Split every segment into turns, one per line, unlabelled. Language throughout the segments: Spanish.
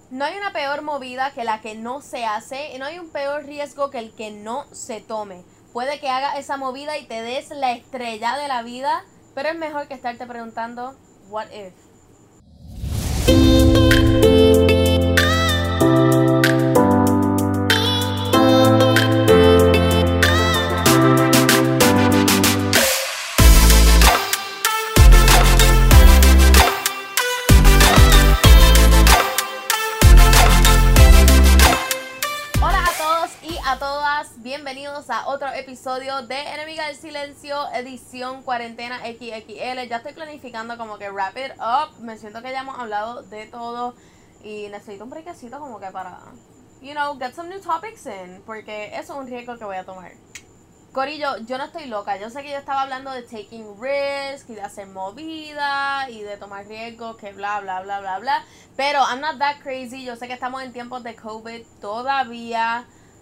No hay una peor movida que la que no se hace y no hay un peor riesgo que el que no se tome. Puede que hagas esa movida y te des la estrella de la vida, pero es mejor que estarte preguntando, what if? Bienvenidos a otro episodio de Enemiga del Silencio, edición cuarentena XXL. Ya estoy planificando como que wrap it up. Me siento que ya hemos hablado de todo y necesito un breakcito como que para, get some new topics in, porque eso es un riesgo que voy a tomar. Corillo, yo no estoy loca. Yo sé que yo estaba hablando de taking risk y de hacer movida y de tomar riesgos, que bla, bla, bla, bla, bla. Pero I'm not that crazy. Yo sé que estamos en tiempos de COVID todavía.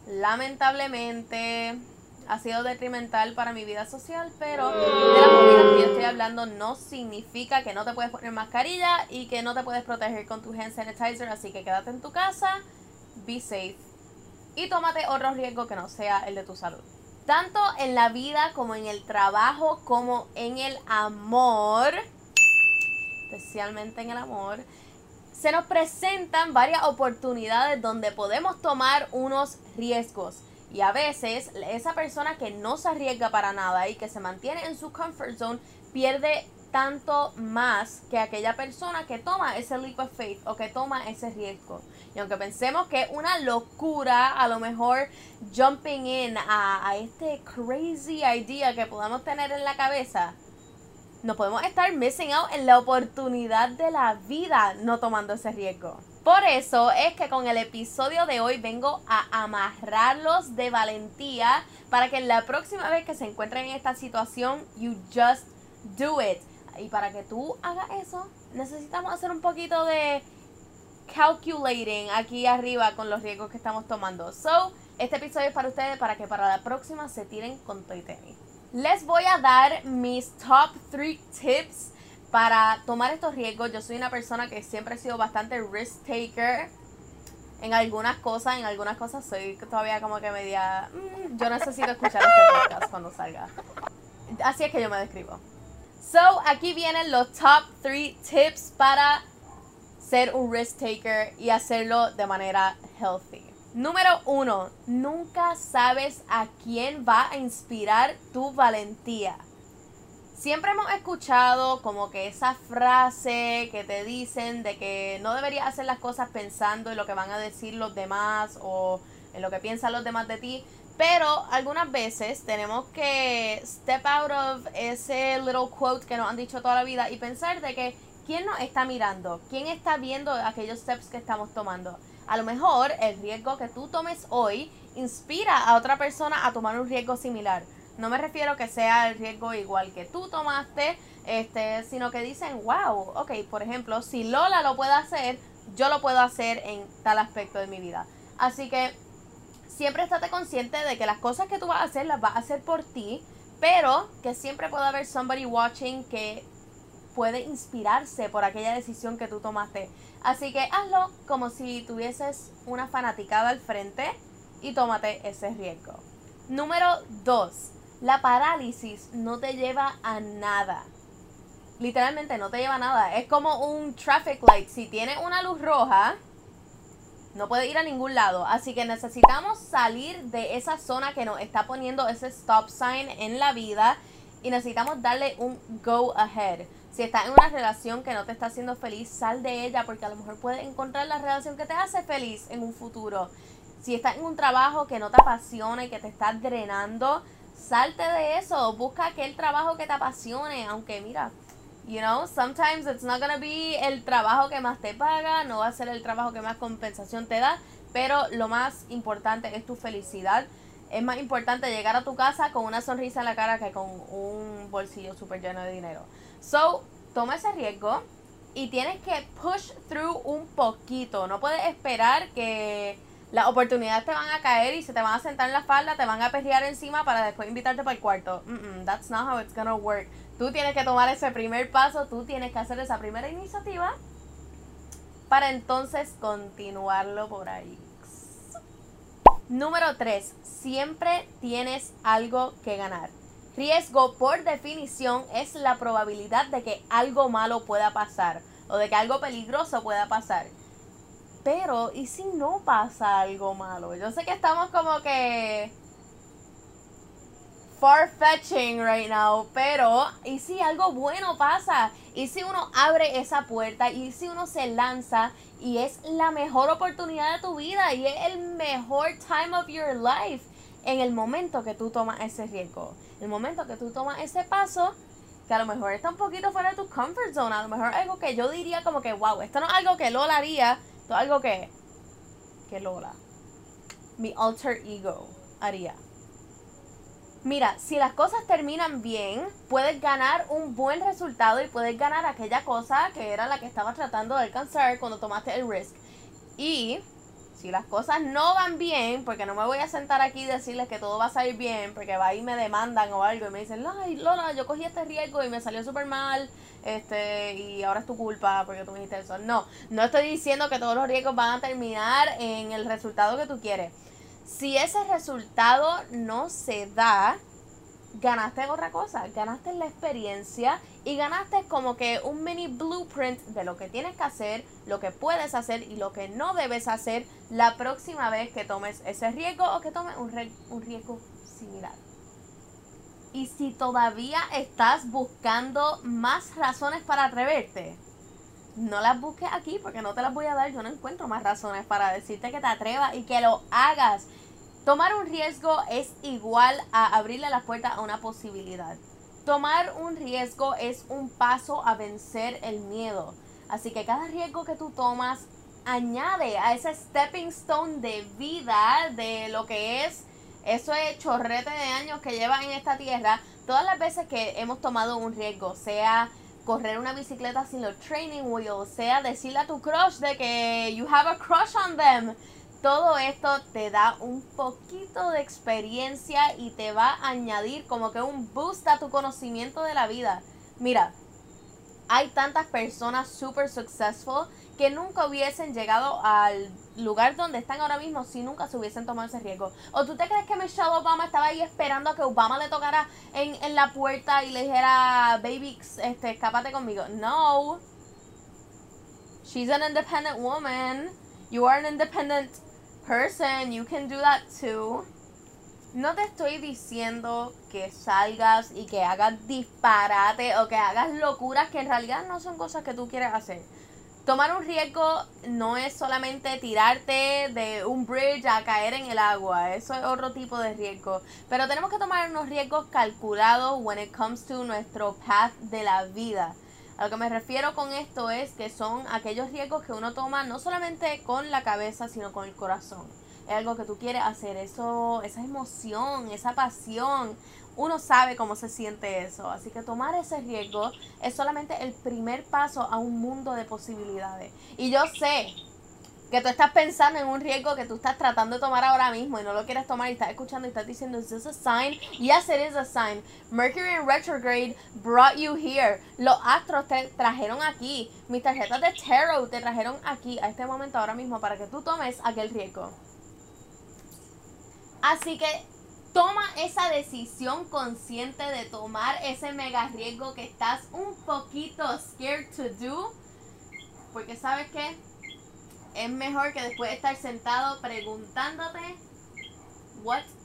Lamentablemente ha sido detrimental para mi vida social, pero de las movidas que yo estoy hablando no significa que no te puedes poner mascarilla y que no te puedes proteger con tu hand sanitizer, así que quédate en tu casa, be safe y tómate otro riesgo que no sea el de tu salud. Tanto en la vida como en el trabajo como en el amor, especialmente en el amor, se nos presentan varias oportunidades donde podemos tomar unos riesgos. Y a veces esa persona que no se arriesga para nada y que se mantiene en su comfort zone pierde tanto más que aquella persona que toma ese leap of faith o que toma ese riesgo. Y aunque pensemos que es una locura, a lo mejor jumping in a este crazy idea que podamos tener en la cabeza, no podemos estar missing out en la oportunidad de la vida no tomando ese riesgo. Por eso es que con el episodio de hoy vengo a amarrarlos de valentía para que la próxima vez que se encuentren en esta situación, you just do it. Y para que tú hagas eso, necesitamos hacer un poquito de calculating aquí arriba con los riesgos que estamos tomando. So, este episodio es para ustedes para que para la próxima se tiren con todo y tenis. Les voy a dar mis top 3 tips para tomar estos riesgos. Yo soy una persona que siempre he sido bastante risk taker en algunas cosas soy todavía como que media, yo necesito escuchar este podcast cuando salga. Así es que yo me describo. So, aquí vienen los top 3 tips para ser un risk taker y hacerlo de manera healthy. Número 1, nunca sabes a quién va a inspirar tu valentía. Siempre hemos escuchado como que esa frase que te dicen de que no deberías hacer las cosas pensando en lo que van a decir los demás o en lo que piensan los demás de ti. Pero algunas veces tenemos que step out of ese little quote que nos han dicho toda la vida y pensar de que ¿quién nos está mirando? ¿Quién está viendo aquellos steps que estamos tomando? A lo mejor el riesgo que tú tomes hoy inspira a otra persona a tomar un riesgo similar. No me refiero que sea el riesgo igual que tú tomaste, sino que dicen, wow, ok, por ejemplo, si Lola lo puede hacer, yo lo puedo hacer en tal aspecto de mi vida. Así que siempre estate consciente de que las cosas que tú vas a hacer, las vas a hacer por ti, pero que siempre puede haber somebody watching que puede inspirarse por aquella decisión que tú tomaste. Así que hazlo como si tuvieses una fanaticada al frente y tómate ese riesgo. Número 2. La parálisis no te lleva a nada. Literalmente no te lleva a nada. Es como un traffic light. Si tienes una luz roja, no puedes ir a ningún lado. Así que necesitamos salir de esa zona que nos está poniendo ese stop sign en la vida y necesitamos darle un go ahead. Si estás en una relación que no te está haciendo feliz, sal de ella porque a lo mejor puedes encontrar la relación que te hace feliz en un futuro. Si estás en un trabajo que no te apasiona y que te está drenando, salte de eso. Busca aquel trabajo que te apasione. Aunque mira, sometimes it's not gonna be el trabajo que más te paga, no va a ser el trabajo que más compensación te da, pero lo más importante es tu felicidad. Es más importante llegar a tu casa con una sonrisa en la cara que con un bolsillo súper lleno de dinero. So, toma ese riesgo y tienes que push through un poquito. No puedes esperar que las oportunidades te van a caer y se te van a sentar en la falda, te van a perrear encima para después invitarte para el cuarto. That's not how it's gonna work. Tú tienes que tomar ese primer paso, tú tienes que hacer esa primera iniciativa para entonces continuarlo por ahí. Número 3. Siempre tienes algo que ganar. Riesgo, por definición, es la probabilidad de que algo malo pueda pasar o de que algo peligroso pueda pasar. Pero, ¿y si no pasa algo malo? Yo sé que estamos como que far-fetching right now, pero ¿y si algo bueno pasa? ¿Y si uno abre esa puerta? ¿Y si uno se lanza? Y es la mejor oportunidad de tu vida y es el mejor time of your life en el momento que tú tomas ese riesgo, el momento que tú tomas ese paso que a lo mejor está un poquito fuera de tu comfort zone, a lo mejor algo que yo diría como que wow, esto no es algo que Lola haría, esto es algo que Lola, mi alter ego, haría. Mira, si las cosas terminan bien, puedes ganar un buen resultado y puedes ganar aquella cosa que era la que estabas tratando de alcanzar cuando tomaste el risk. Y si las cosas no van bien, porque no me voy a sentar aquí y decirles que todo va a salir bien, porque va y me demandan o algo y me dicen, ay, Lola, yo cogí este riesgo y me salió súper mal, y ahora es tu culpa porque tú me dijiste eso. No estoy diciendo que todos los riesgos van a terminar en el resultado que tú quieres. Si ese resultado no se da, ganaste otra cosa, ganaste la experiencia y ganaste como que un mini blueprint de lo que tienes que hacer, lo que puedes hacer y lo que no debes hacer la próxima vez que tomes ese riesgo o que tomes un riesgo similar. Y si todavía estás buscando más razones para atreverte, no las busques aquí porque no te las voy a dar. Yo no encuentro más razones para decirte que te atrevas y que lo hagas. Tomar un riesgo es igual a abrirle las puertas a una posibilidad. Tomar un riesgo es un paso a vencer el miedo. Así que cada riesgo que tú tomas añade a ese stepping stone de vida, de lo que es eso es chorrete de años que llevas en esta tierra. Todas las veces que hemos tomado un riesgo, sea correr una bicicleta sin los training wheels, sea decirle a tu crush de que you have a crush on them. Todo esto te da un poquito de experiencia y te va a añadir como que un boost a tu conocimiento de la vida. Mira, hay tantas personas super successful que nunca hubiesen llegado al lugar donde están ahora mismo si nunca se hubiesen tomado ese riesgo. ¿O tú te crees que Michelle Obama estaba ahí esperando a que Obama le tocara en la puerta y le dijera, baby, escápate conmigo? No. She's an independent woman. You are an independent person. You can do that too. No te estoy diciendo que salgas y que hagas disparate o que hagas locuras que en realidad no son cosas que tú quieres hacer. Tomar un riesgo no es solamente tirarte de un bridge a caer en el agua. Eso es otro tipo de riesgo. Pero tenemos que tomar unos riesgos calculados when it comes to nuestro path de la vida. A lo que me refiero con esto es que son aquellos riesgos que uno toma no solamente con la cabeza, sino con el corazón. Es algo que tú quieres hacer, eso, esa emoción, esa pasión. Uno sabe cómo se siente eso. Así que tomar ese riesgo es solamente el primer paso a un mundo de posibilidades. Y yo sé que tú estás pensando en un riesgo que tú estás tratando de tomar ahora mismo y no lo quieres tomar y estás escuchando y estás diciendo, ¿is this a sign? Yes, it is a sign. Mercury in retrograde brought you here. Los astros te trajeron aquí. Mis tarjetas de tarot te trajeron aquí a este momento ahora mismo para que tú tomes aquel riesgo. Así que toma esa decisión consciente de tomar ese mega riesgo que estás un poquito scared to do. Porque ¿sabes qué? Es mejor que después de estar sentado preguntándote, what